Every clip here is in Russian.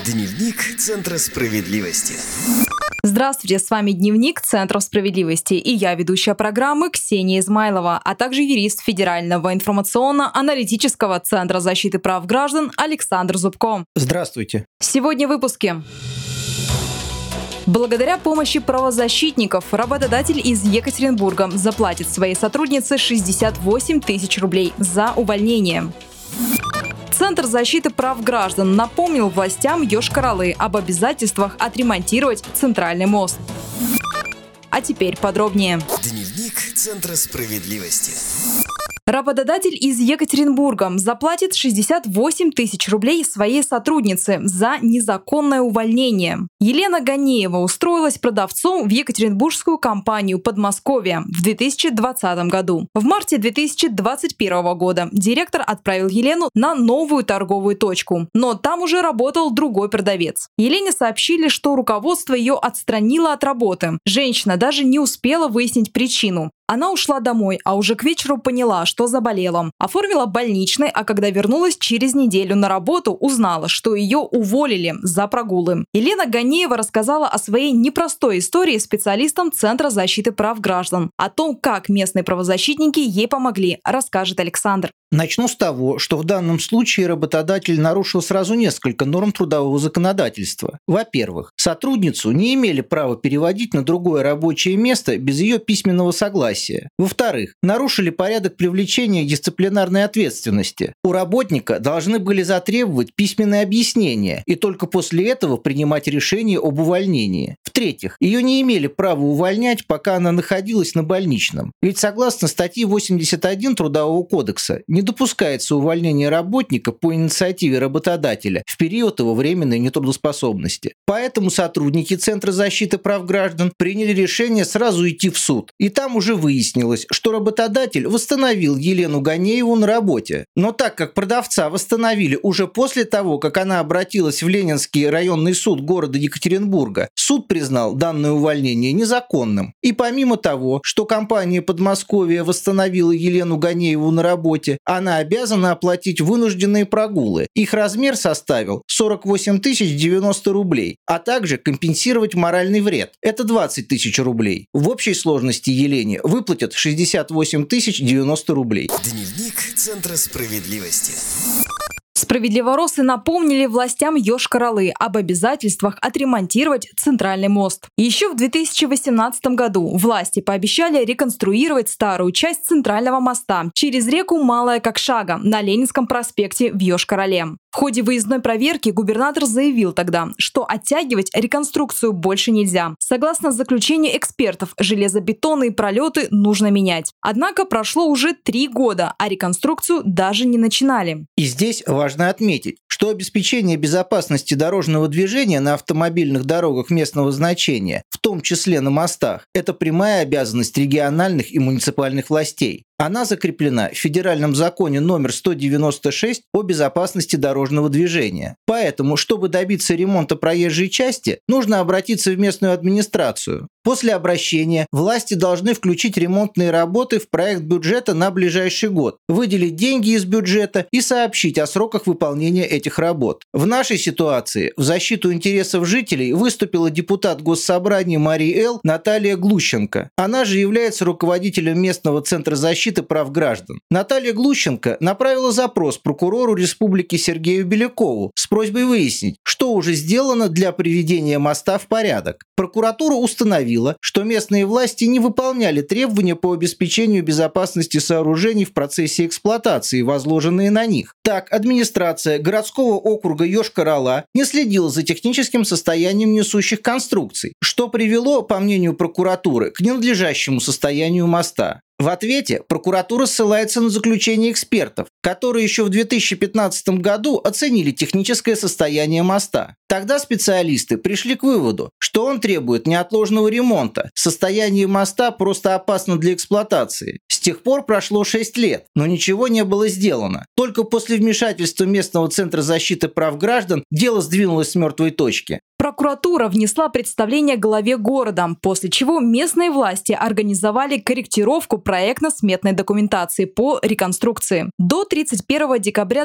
Дневник Центра справедливости. Здравствуйте, с вами Дневник Центра справедливости и я, ведущая программы Ксения Измайлова, а также юрист Федерального информационно-аналитического центра защиты прав граждан Александр Зубко. Здравствуйте. Сегодня в выпуске. Благодаря помощи правозащитников работодатель из Екатеринбурга заплатит своей сотруднице 68 тысяч рублей за увольнение. Центр защиты прав граждан напомнил властям Йошкар-Олы об обязательствах отремонтировать центральный мост. А теперь подробнее. Дневник Центра справедливости. Работодатель из Екатеринбурга заплатит 68 тысяч рублей своей сотруднице за незаконное увольнение. Елена Ганеева устроилась продавцом в екатеринбургскую компанию «Подмосковье» в 2020 году. В марте 2021 года директор отправил Елену на новую торговую точку, но там уже работал другой продавец. Елене сообщили, что руководство ее отстранило от работы. Женщина даже не успела выяснить причину. Она ушла домой, а уже к вечеру поняла, что заболела. Оформила больничный, а когда вернулась через неделю на работу, узнала, что ее уволили за прогулы. Елена Ганеева рассказала о своей непростой истории специалистам Центра защиты прав граждан. О том, как местные правозащитники ей помогли, расскажет Александр. Начну с того, что в данном случае работодатель нарушил сразу несколько норм трудового законодательства. Во-первых, сотрудницу не имели права переводить на другое рабочее место без ее письменного согласия. Во-вторых, нарушили порядок привлечения к дисциплинарной ответственности. У работника должны были затребовать письменное объяснение и только после этого принимать решение об увольнении. В-третьих, ее не имели права увольнять, пока она находилась на больничном. Ведь согласно статье 81 Трудового кодекса, не допускается увольнение работника по инициативе работодателя в период его временной нетрудоспособности. Поэтому сотрудники Центра защиты прав граждан приняли решение сразу идти в суд. И там уже выяснилось, что работодатель восстановил Елену Ганееву на работе. Но так как продавца восстановили уже после того, как она обратилась в Ленинский районный суд города Екатеринбурга, суд признал данное увольнение незаконным. И помимо того, что компания «Подмосковье» восстановила Елену Ганееву на работе, она обязана оплатить вынужденные прогулы. Их размер составил 48 090 рублей, а также компенсировать моральный вред. Это 20 тысяч рублей. В общей сложности Елене выплатят 68 090 рублей. Дневник Центра справедливости. Справедливоросы напомнили властям Йошкар-Олы об обязательствах отремонтировать центральный мост. Еще в 2018 году власти пообещали реконструировать старую часть центрального моста через реку Малая Кокшага на Ленинском проспекте в Йошкар-Оле. В ходе выездной проверки губернатор заявил тогда, что оттягивать реконструкцию больше нельзя. Согласно заключению экспертов, железобетонные пролеты нужно менять. Однако прошло уже 3 года, а реконструкцию даже не начинали. И здесь важно отметить, что обеспечение безопасности дорожного движения на автомобильных дорогах местного значения, в том числе на мостах, это прямая обязанность региональных и муниципальных властей. Она закреплена в федеральном законе номер 196 о безопасности дорожного движения. Поэтому, чтобы добиться ремонта проезжей части, нужно обратиться в местную администрацию. После обращения власти должны включить ремонтные работы в проект бюджета на ближайший год, выделить деньги из бюджета и сообщить о сроках выполнения этих работ. В нашей ситуации в защиту интересов жителей выступила депутат Госсобрания Марий Эл Наталья Глущенко. Она же является руководителем местного Центра защиты прав граждан. Наталья Глущенко направила запрос прокурору республики Сергею Белякову с просьбой выяснить, что уже сделано для приведения моста в порядок. Прокуратура установила, что местные власти не выполняли требования по обеспечению безопасности сооружений в процессе эксплуатации, возложенные на них. Так, администрация городского округа Йошкар-Ола не следила за техническим состоянием несущих конструкций, что привело, по мнению прокуратуры, к ненадлежащему состоянию моста. В ответе прокуратура ссылается на заключение экспертов, которые еще в 2015 году оценили техническое состояние моста. Тогда специалисты пришли к выводу, что он требует неотложного ремонта. Состояние моста просто опасно для эксплуатации. С тех пор прошло 6 лет, но ничего не было сделано. Только после вмешательства местного Центра защиты прав граждан дело сдвинулось с мертвой точки. Прокуратура внесла представление главе города, после чего местные власти организовали корректировку проектно-сметной документации по реконструкции. До 31 декабря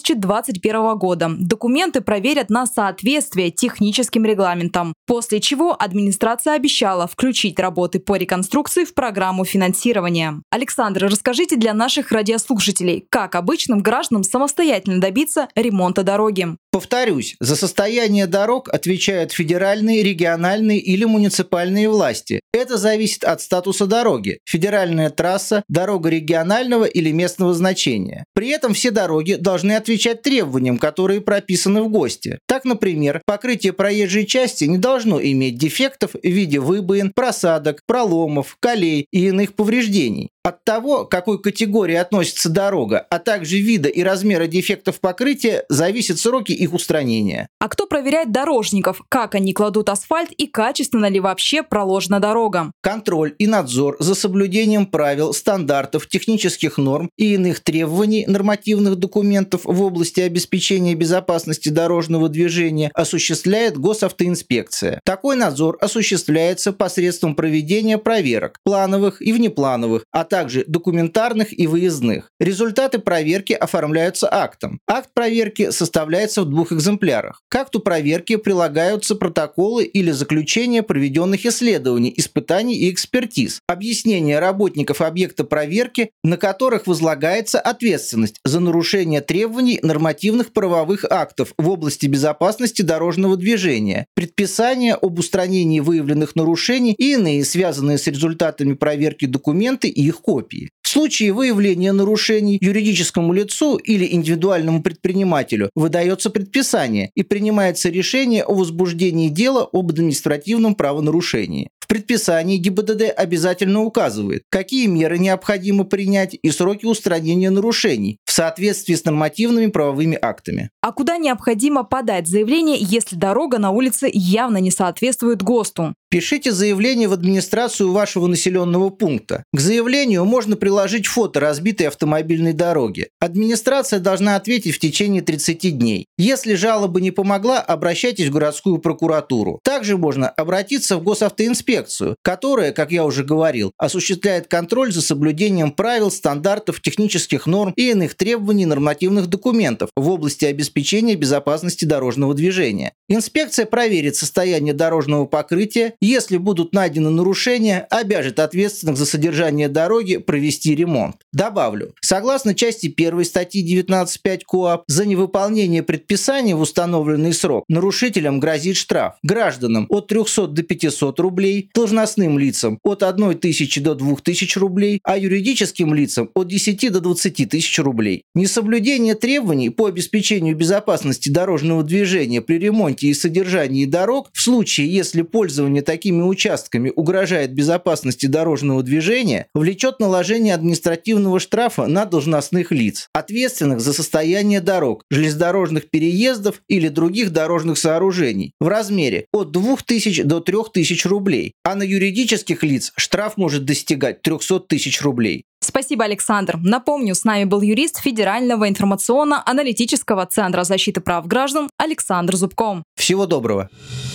2021 года документы проверят на соответствие техническим регламентам, после чего администрация обещала включить работы по реконструкции в программу финансирования. Александр, расскажите для наших радиослушателей, как обычным гражданам самостоятельно добиться ремонта дороги. Повторюсь, за состояние дорог отвечают федеральные, региональные или муниципальные власти. Это зависит от статуса дороги – федеральная трасса, дорога регионального или местного значения. При этом все дороги должны отвечать требованиям, которые прописаны в ГОСТе. Так, например, покрытие проезжей части не должно иметь дефектов в виде выбоин, просадок, проломов, колей и иных повреждений. От того, к какой категории относится дорога, а также вида и размера дефектов покрытия, зависят сроки их устранения. А кто проверяет дорожников, как они кладут асфальт и качественно ли вообще проложена дорога? Контроль и надзор за соблюдением правил, стандартов, технических норм и иных требований нормативных документов в области обеспечения безопасности дорожного движения осуществляет Госавтоинспекция. Такой надзор осуществляется посредством проведения проверок, плановых и внеплановых, а также документарных и выездных. Результаты проверки оформляются актом. Акт проверки составляется в 2 экземплярах. К акту проверки прилагаются протоколы или заключения проведенных исследований, испытаний и экспертиз, объяснения работников объекта проверки, на которых возлагается ответственность за нарушение требований нормативных правовых актов в области безопасности дорожного движения, предписания об устранении выявленных нарушений и иные связанные с результатами проверки документы и их копии. В случае выявления нарушений юридическому лицу или индивидуальному предпринимателю выдается предписание и принимается решение о возбуждении дела об административном правонарушении. В предписании ГИБДД обязательно указывает, какие меры необходимо принять и сроки устранения нарушений в соответствии с нормативными правовыми актами. А куда необходимо подать заявление, если дорога на улице явно не соответствует ГОСТу? Пишите заявление в администрацию вашего населенного пункта. К заявлению можно приложить фото разбитой автомобильной дороги. Администрация должна ответить в течение 30 дней. Если жалоба не помогла, обращайтесь в городскую прокуратуру. Также можно обратиться в Госавтоинспекцию, которая, как я уже говорил, осуществляет контроль за соблюдением правил, стандартов, технических норм и иных требований нормативных документов в области обеспечения безопасности дорожного движения. Инспекция проверит состояние дорожного покрытия. Если будут найдены нарушения, обяжет ответственных за содержание дороги провести ремонт. Добавлю, согласно части 1 статьи 19.5 КоАП, за невыполнение предписания в установленный срок нарушителям грозит штраф. Гражданам от 300 до 500 рублей, должностным лицам от 1000 до 2000 рублей, а юридическим лицам от 10 до 20 тысяч рублей. Несоблюдение требований по обеспечению безопасности дорожного движения при ремонте и содержании дорог в случае, если пользование такими участками угрожает безопасности дорожного движения, влечет наложение административного штрафа на должностных лиц, ответственных за состояние дорог, железнодорожных переездов или других дорожных сооружений, в размере от 2000 до 3000 рублей, а на юридических лиц штраф может достигать 300 тысяч рублей. Спасибо, Александр. Напомню, с нами был юрист Федерального информационно-аналитического центра защиты прав граждан Александр Зубко. Всего доброго.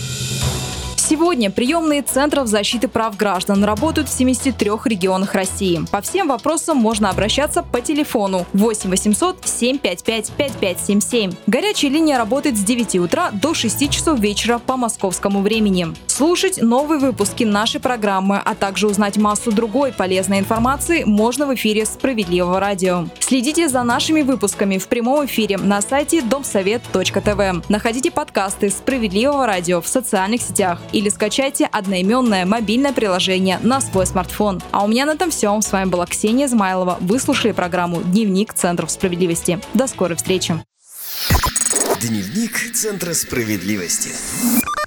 Сегодня приемные центров защиты прав граждан работают в 73 регионах России. По всем вопросам можно обращаться по телефону 8 800 755 5577. Горячая линия работает с 9 утра до 6 часов вечера по московскому времени. Слушать новые выпуски нашей программы, а также узнать массу другой полезной информации можно в эфире «Справедливого радио». Следите за нашими выпусками в прямом эфире на сайте domsovet.tv. Находите подкасты «Справедливого радио» в социальных сетях или скачайте одноименное мобильное приложение на свой смартфон. А у меня на этом все. С вами была Ксения Измайлова. Вы слушали программу «Дневник Центров справедливости». До скорой встречи. Дневник Центра справедливости.